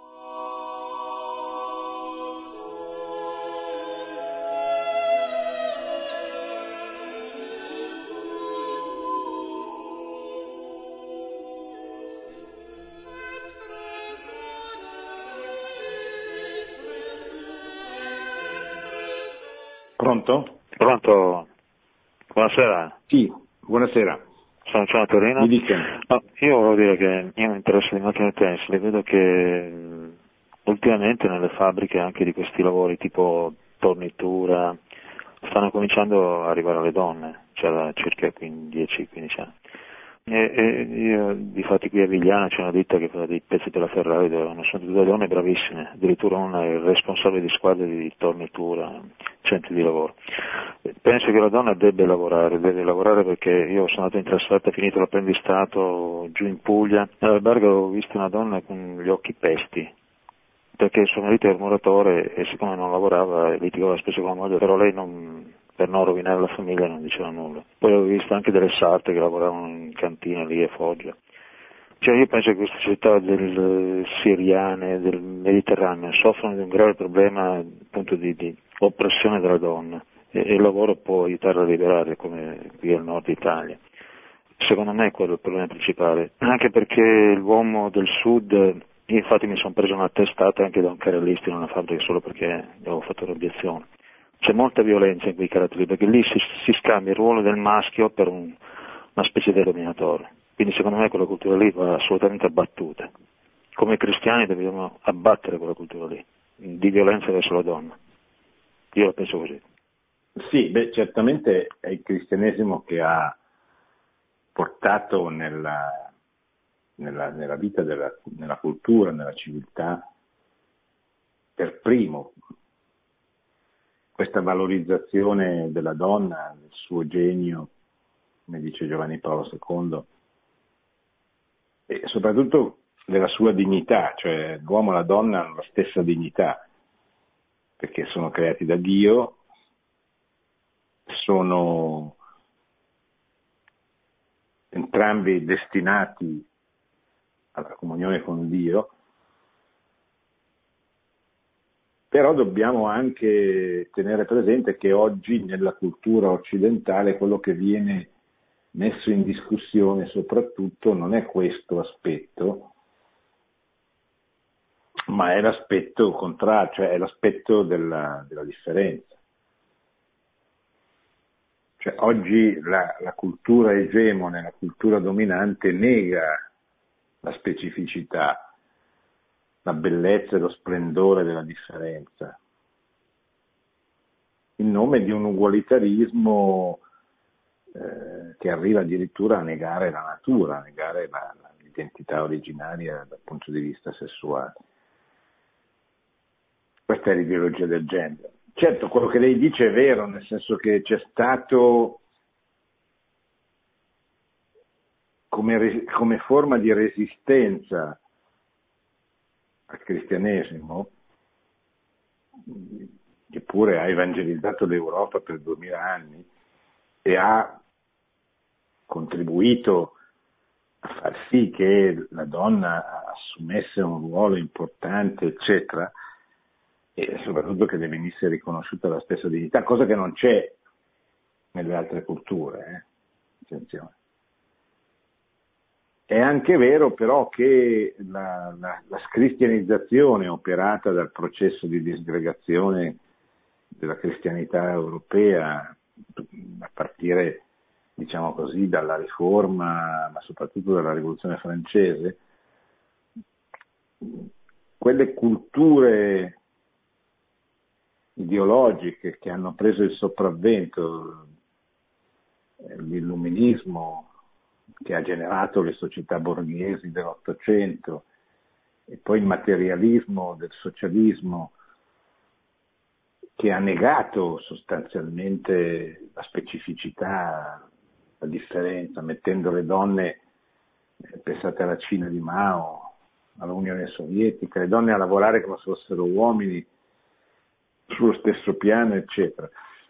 [SPEAKER 2] Pronto?
[SPEAKER 3] Pronto? Buonasera.
[SPEAKER 2] Sì, buonasera.
[SPEAKER 3] Sono a Torino.
[SPEAKER 2] Mi dica.
[SPEAKER 3] No, io volevo dire che io mi interessa di macchine tessili, vedo che ultimamente nelle fabbriche anche di questi lavori tipo tornitura stanno cominciando ad arrivare le donne, cioè da circa 10-15 anni. E io, difatti qui a Vigliana c'è una ditta che fa dei pezzi per la Ferrari, dove sono due donne bravissime, addirittura una è il responsabile di squadra di tornitura, centri di lavoro. Penso che la donna deve lavorare perché io sono andato in trasferta, finito l'apprendistato giù in Puglia, all'albergo ho visto una donna con gli occhi pesti, perché suo marito era muratore e siccome non lavorava litigava spesso con la moglie, però lei per non rovinare la famiglia non diceva nulla. Poi ho visto anche delle sarte che lavoravano in cantina lì a Foggia. Cioè io penso che queste città siriane, del Mediterraneo, soffrono di un grave problema appunto di oppressione della donna e il lavoro può aiutarla a liberare come qui al nord Italia. Secondo me è quello il problema principale, anche perché l'uomo del sud, io infatti mi sono preso una testata anche da un carrellista in una fabbrica solo perché avevo fatto l'obiezione. C'è molta violenza in quei caratteri perché lì si scambia il ruolo del maschio per una specie di dominatore. Quindi secondo me quella cultura lì va assolutamente abbattuta. Come cristiani dobbiamo abbattere quella cultura lì, di violenza verso la donna. Io la penso così.
[SPEAKER 2] Sì, certamente è il cristianesimo che ha portato nella vita, nella cultura, nella civiltà, per primo, questa valorizzazione della donna, del suo genio, come dice Giovanni Paolo II, e soprattutto della sua dignità, cioè l'uomo e la donna hanno la stessa dignità, perché sono creati da Dio, sono entrambi destinati alla comunione con Dio, però dobbiamo anche tenere presente che oggi nella cultura occidentale quello che viene messo in discussione soprattutto non è questo aspetto, ma è l'aspetto contrario, cioè è l'aspetto della differenza. Cioè, oggi la cultura egemone, la cultura dominante nega la specificità, la bellezza e lo splendore della differenza, in nome di un ugualitarismo che arriva addirittura a negare la natura, a negare l'identità originaria dal punto di vista sessuale. Questa è l'ideologia del genere. Certo, quello che lei dice è vero, nel senso che c'è stato come forma di resistenza al cristianesimo, che pure ha evangelizzato l'Europa per 2000 anni e ha contribuito a far sì che la donna assumesse un ruolo importante, eccetera, e soprattutto che le venisse riconosciuta la stessa dignità, cosa che non c'è nelle altre culture, attenzione. È anche vero però che la scristianizzazione operata dal processo di disgregazione della cristianità europea, a partire, diciamo così, dalla Riforma, ma soprattutto dalla Rivoluzione francese, quelle culture ideologiche che hanno preso il sopravvento, l'illuminismo che ha generato le società borghesi dell'Ottocento e poi il materialismo del socialismo che ha negato sostanzialmente la specificità, la differenza, mettendo le donne, pensate alla Cina di Mao, all'Unione Sovietica, le donne a lavorare come se fossero uomini sullo stesso piano, eccetera.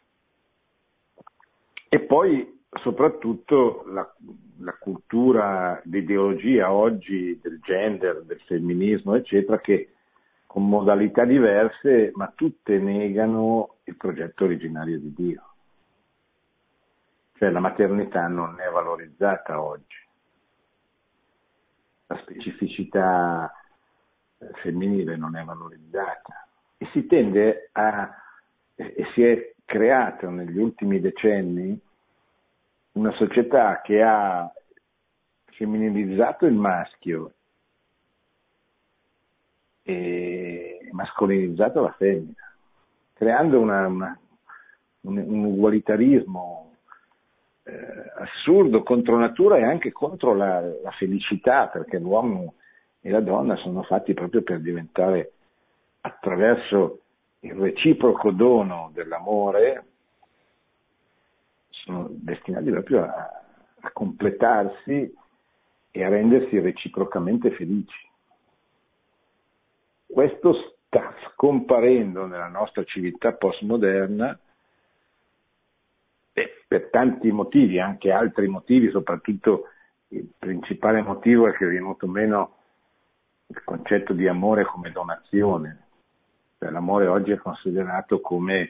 [SPEAKER 2] E poi soprattutto la cultura, l'ideologia oggi del gender, del femminismo, eccetera, che con modalità diverse, ma tutte negano il progetto originario di Dio. Cioè la maternità non è valorizzata oggi. La specificità femminile non è valorizzata. E si tende e si è creata negli ultimi decenni una società che ha femminilizzato il maschio e mascolinizzato la femmina, creando un ugualitarismo assurdo contro natura e anche contro la felicità, perché l'uomo e la donna sono fatti proprio per diventare, attraverso il reciproco dono dell'amore, sono destinati proprio a completarsi e a rendersi reciprocamente felici. Questo sta scomparendo nella nostra civiltà postmoderna per tanti motivi, anche altri motivi, soprattutto il principale motivo è che è venuto meno il concetto di amore come donazione. Cioè, l'amore oggi è considerato come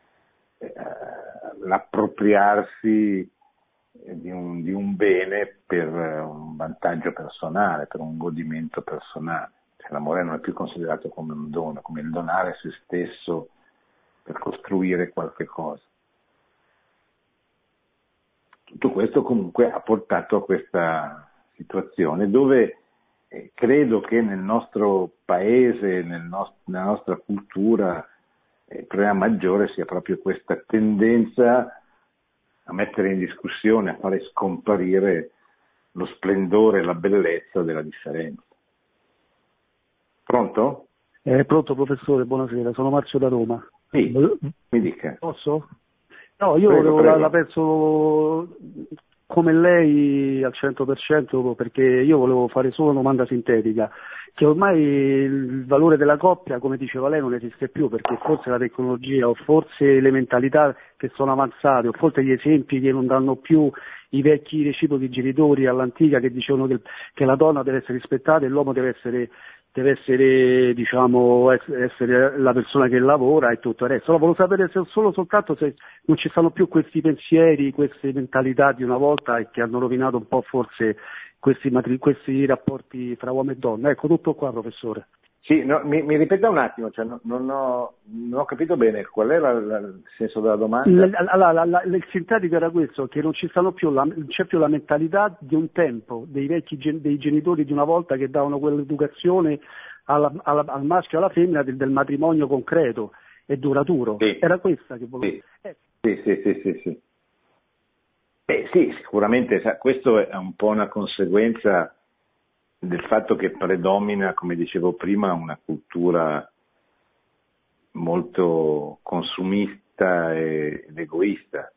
[SPEAKER 2] l'appropriarsi di un bene per un vantaggio personale, per un godimento personale. Cioè, l'amore non è più considerato come un dono, come il donare se stesso per costruire qualche cosa. Tutto questo comunque ha portato a questa situazione dove credo che nel nostro paese, nella nostra cultura, il problema maggiore sia proprio questa tendenza a mettere in discussione, a fare scomparire lo splendore e la bellezza della differenza. Pronto?
[SPEAKER 4] Pronto professore, buonasera, sono Marzio da Roma.
[SPEAKER 2] Sì, mi dica.
[SPEAKER 4] Posso? No, io
[SPEAKER 2] Prego.
[SPEAKER 4] la penso come lei al 100%, perché io volevo fare solo una domanda sintetica, che ormai il valore della coppia, come diceva lei, non esiste più, perché forse la tecnologia o forse le mentalità che sono avanzate o forse gli esempi che non danno più i vecchi reciproci genitori all'antica che dicevano che la donna deve essere rispettata e l'uomo deve essere diciamo essere la persona che lavora e tutto il resto. Allora, volevo sapere soltanto se non ci stanno più questi pensieri, queste mentalità di una volta e che hanno rovinato un po' forse questi rapporti fra uomo e donna. Ecco, tutto qua, professore.
[SPEAKER 2] Sì, no, mi ripeta un attimo, cioè non ho capito bene qual era il senso della domanda.
[SPEAKER 4] Il sintetico era questo, che non ci stanno più, non c'è più la mentalità di un tempo, dei vecchi dei genitori di una volta che davano quell'educazione al maschio e alla femmina del matrimonio concreto e duraturo.
[SPEAKER 2] Sì.
[SPEAKER 4] Era questa che volevo.
[SPEAKER 2] Sì. Sì, sicuramente questo è un po' una conseguenza del fatto che predomina, come dicevo prima, una cultura molto consumista ed egoista,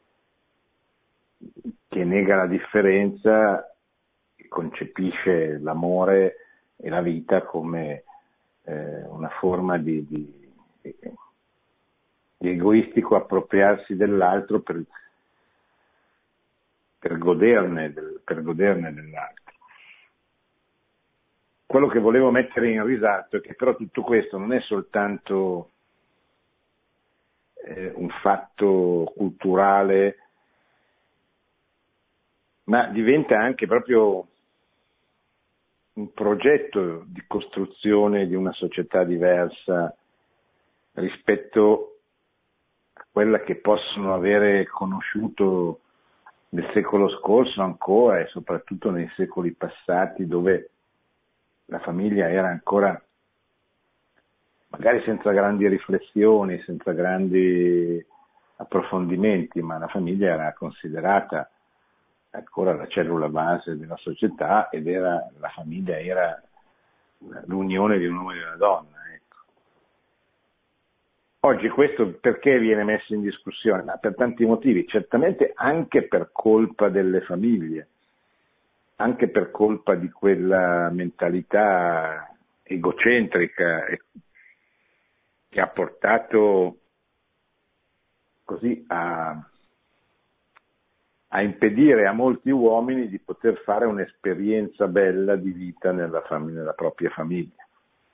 [SPEAKER 2] che nega la differenza, concepisce l'amore e la vita come una forma di egoistico appropriarsi dell'altro per goderne dell'altro. Quello che volevo mettere in risalto è che però tutto questo non è soltanto un fatto culturale, ma diventa anche proprio un progetto di costruzione di una società diversa rispetto quella che possono avere conosciuto nel secolo scorso ancora e soprattutto nei secoli passati, dove la famiglia era ancora, magari senza grandi riflessioni, senza grandi approfondimenti, ma la famiglia era considerata ancora la cellula base della società ed la famiglia era l'unione di un uomo e di una donna. Ecco. Oggi questo perché viene messo in discussione? Ma per tanti motivi, certamente anche per colpa delle famiglie, anche per colpa di quella mentalità egocentrica che ha portato così a impedire a molti uomini di poter fare un'esperienza bella di vita nella propria famiglia.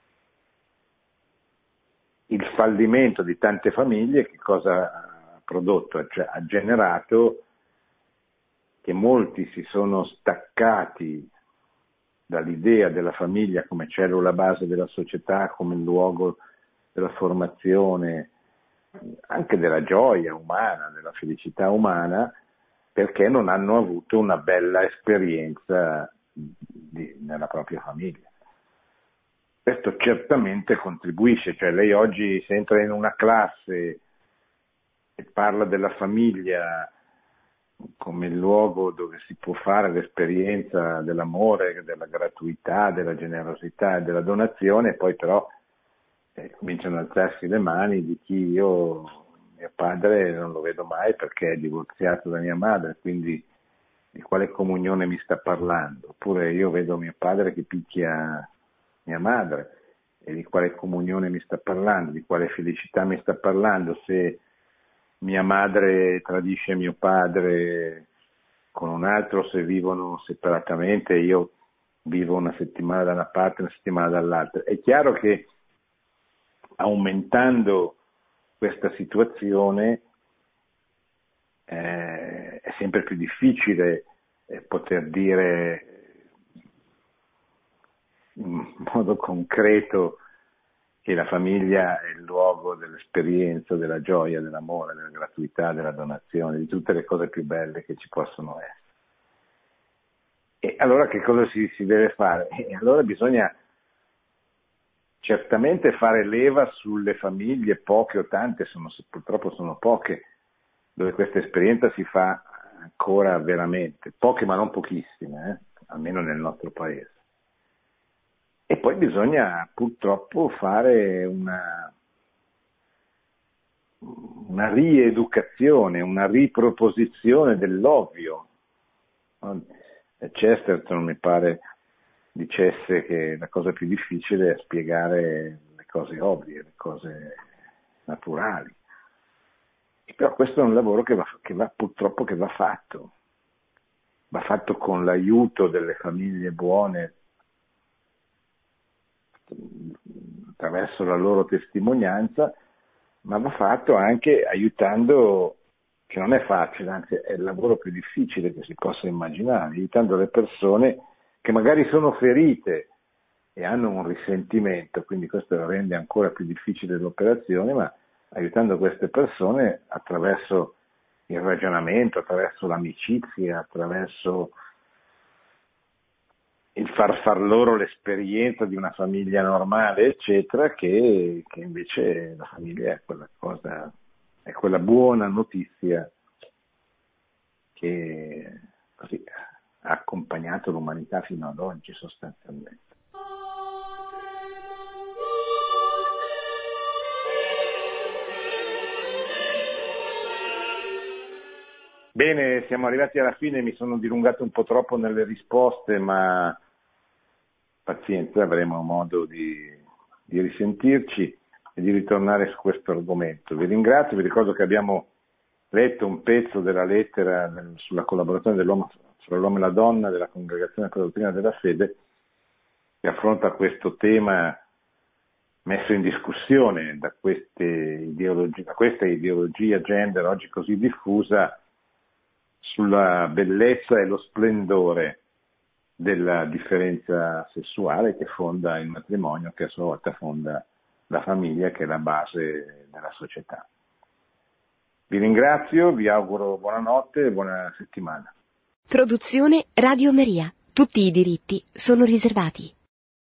[SPEAKER 2] Il fallimento di tante famiglie che cosa ha prodotto? Cioè, ha generato che molti si sono staccati dall'idea della famiglia come cellula base della società, come luogo della formazione, anche della gioia umana, della felicità umana, perché non hanno avuto una bella esperienza nella propria famiglia. Questo certamente contribuisce, cioè lei oggi se entra in una classe e parla della famiglia come luogo dove si può fare l'esperienza dell'amore, della gratuità, della generosità e della donazione, poi però cominciano ad alzarsi le mani di chi mio padre non lo vedo mai perché è divorziato da mia madre, quindi di quale comunione mi sta parlando? Oppure io vedo mio padre che picchia mia madre, e di quale comunione mi sta parlando? Di quale felicità mi sta parlando se mia madre tradisce mio padre con un altro, se vivono separatamente e io vivo una settimana da una parte e una settimana dall'altra? È chiaro che aumentando questa situazione è sempre più difficile poter dire in modo concreto che la famiglia è il luogo dell'esperienza, della gioia, dell'amore, della gratuità, della donazione, di tutte le cose più belle che ci possono essere. E allora che cosa si deve fare? E allora bisogna certamente fare leva sulle famiglie, poche o tante, purtroppo sono poche, dove questa esperienza si fa ancora veramente, poche ma non pochissime, almeno nel nostro paese. E poi bisogna purtroppo fare una rieducazione, una riproposizione dell'ovvio. Chesterton mi pare dicesse che la cosa più difficile è spiegare le cose ovvie, le cose naturali. E però questo è un lavoro che va fatto con l'aiuto delle famiglie buone, attraverso la loro testimonianza, ma va fatto anche aiutando, che non è facile, anzi è il lavoro più difficile che si possa immaginare, aiutando le persone che magari sono ferite e hanno un risentimento, quindi questo rende ancora più difficile l'operazione, ma aiutando queste persone attraverso il ragionamento, attraverso l'amicizia, attraverso il far loro l'esperienza di una famiglia normale, eccetera, che invece la famiglia è quella cosa, è quella buona notizia che così ha accompagnato l'umanità fino ad oggi sostanzialmente. Bene, siamo arrivati alla fine, mi sono dilungato un po' troppo nelle risposte, ma pazienza, avremo modo di risentirci e di ritornare su questo argomento. Vi ringrazio, vi ricordo che abbiamo letto un pezzo della lettera sulla collaborazione dell'uomo fra l'uomo e la donna della Congregazione per la Dottrina della Fede, che affronta questo tema messo in discussione da questa ideologia gender oggi così diffusa sulla bellezza e lo splendore della differenza sessuale che fonda il matrimonio, che a sua volta fonda la famiglia, che è la base della società. Vi ringrazio, vi auguro buonanotte e buona settimana.
[SPEAKER 1] Produzione Radio Maria. Tutti i diritti sono riservati.